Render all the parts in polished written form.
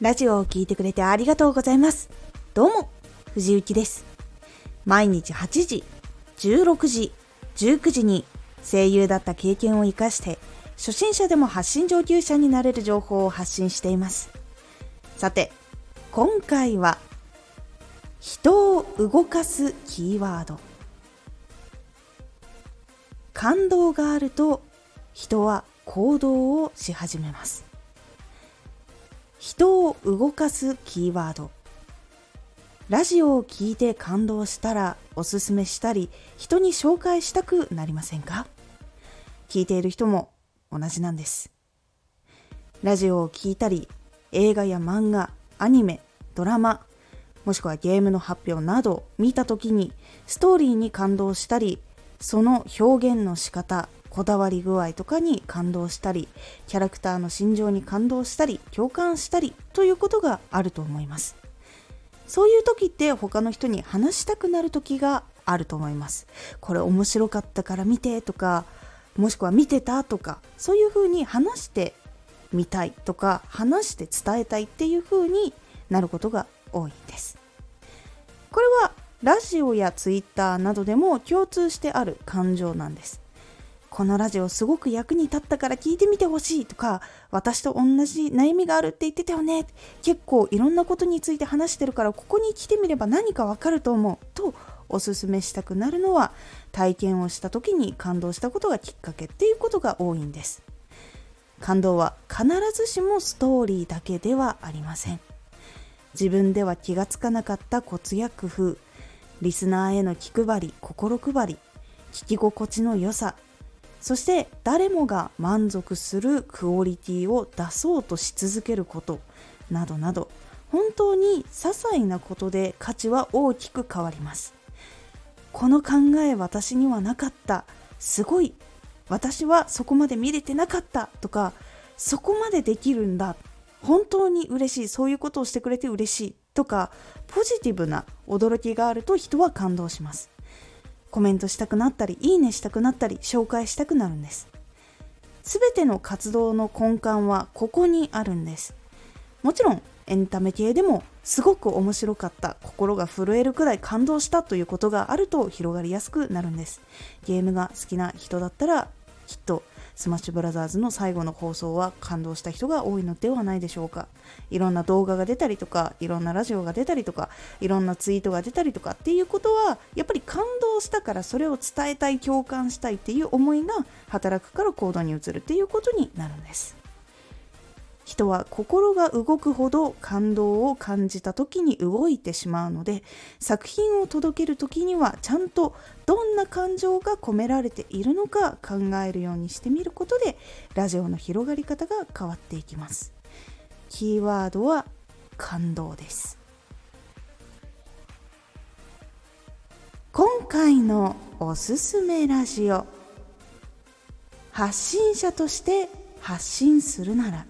ラジオを聞いてくれてありがとうございます。どうも、藤幸です。毎日8時、16時、19時に声優だった経験を生かして初心者でも発信上級者になれる情報を発信しています。さて、今回は人を動かすキーワード。感動があると人は行動をし始めます。人を動かすキーワード。ラジオを聞いて感動したらおすすめしたり人に紹介したくなりませんか？聞いている人も同じなんです。ラジオを聞いたり映画や漫画、アニメ、ドラマ、もしくはゲームの発表など見たときにストーリーに感動したり、その表現の仕方、こだわり具合とかに感動したり、キャラクターの心情に感動したり、共感したりということがあると思います。そういう時って他の人に話したくなる時があると思います。これ面白かったから見てとか、もしくは見てたとか、そういう風に話してみたいとか、話して伝えたいっていう風になることが多いんです。これはラジオやツイッターなどでも共通してある感情なんです。このラジオすごく役に立ったから聞いてみてほしいとか、私と同じ悩みがあるって言ってたよね、結構いろんなことについて話してるからここに来てみれば何かわかると思うとおすすめしたくなるのは、体験をした時に感動したことがきっかけっていうことが多いんです。感動は必ずしもストーリーだけではありません。自分では気がつかなかったコツや工夫、リスナーへの気配り、心配り、聞き心地の良さ、そして誰もが満足するクオリティを出そうとし続けることなどなど、本当に些細なことで価値は大きく変わります。この考え私にはなかった、すごい、私はそこまで見れてなかったとか、そこまでできるんだ、本当に嬉しい、そういうことをしてくれて嬉しいとか、ポジティブな驚きがあると人は感動します。コメントしたくなったり、いいねしたくなったり、紹介したくなるんです。すべての活動の根幹はここにあるんです。もちろんエンタメ系でもすごく面白かった、心が震えるくらい感動したということがあると広がりやすくなるんです。ゲームが好きな人だったらきっとスマッシュブラザーズの最後の放送は感動した人が多いのではないでしょうか。いろんな動画が出たりとか、いろんなラジオが出たりとか、いろんなツイートが出たりとかっていうことは、やっぱり感動したからそれを伝えたい、共感したいっていう思いが働くから行動に移るっていうことになるんです。人は心が動くほど感動を感じた時に動いてしまうので、作品を届ける時にはちゃんとどんな感情が込められているのか考えるようにしてみることで、ラジオの広がり方が変わっていきます。キーワードは感動です。今回のおすすめラジオ、発信者として発信するなら。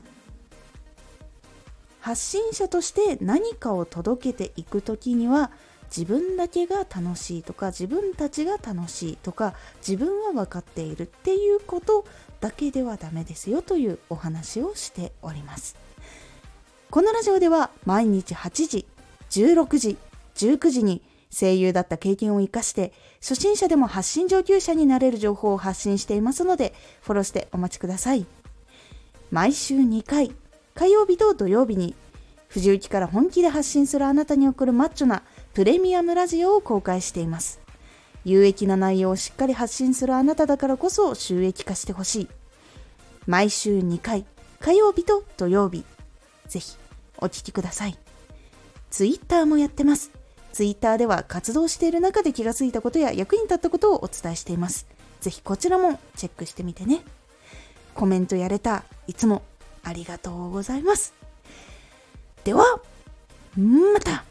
発信者として何かを届けていくときには、自分だけが楽しいとか、自分たちが楽しいとか、自分は分かっているっていうことだけではダメですよというお話をしております。このラジオでは毎日8時、16時、19時に声優だった経験を生かして初心者でも発信上級者になれる情報を発信していますので、フォローしてお待ちください。毎週2回、火曜日と土曜日に藤幸から本気で発信するあなたに送るマッチョなプレミアムラジオを公開しています。有益な内容をしっかり発信するあなただからこそ収益化してほしい。毎週2回、火曜日と土曜日、ぜひお聞きください。ツイッターもやってます。ツイッターでは活動している中で気がついたことや役に立ったことをお伝えしています。ぜひこちらもチェックしてみてね。コメントやれた、いつもありがとうございます。では、また。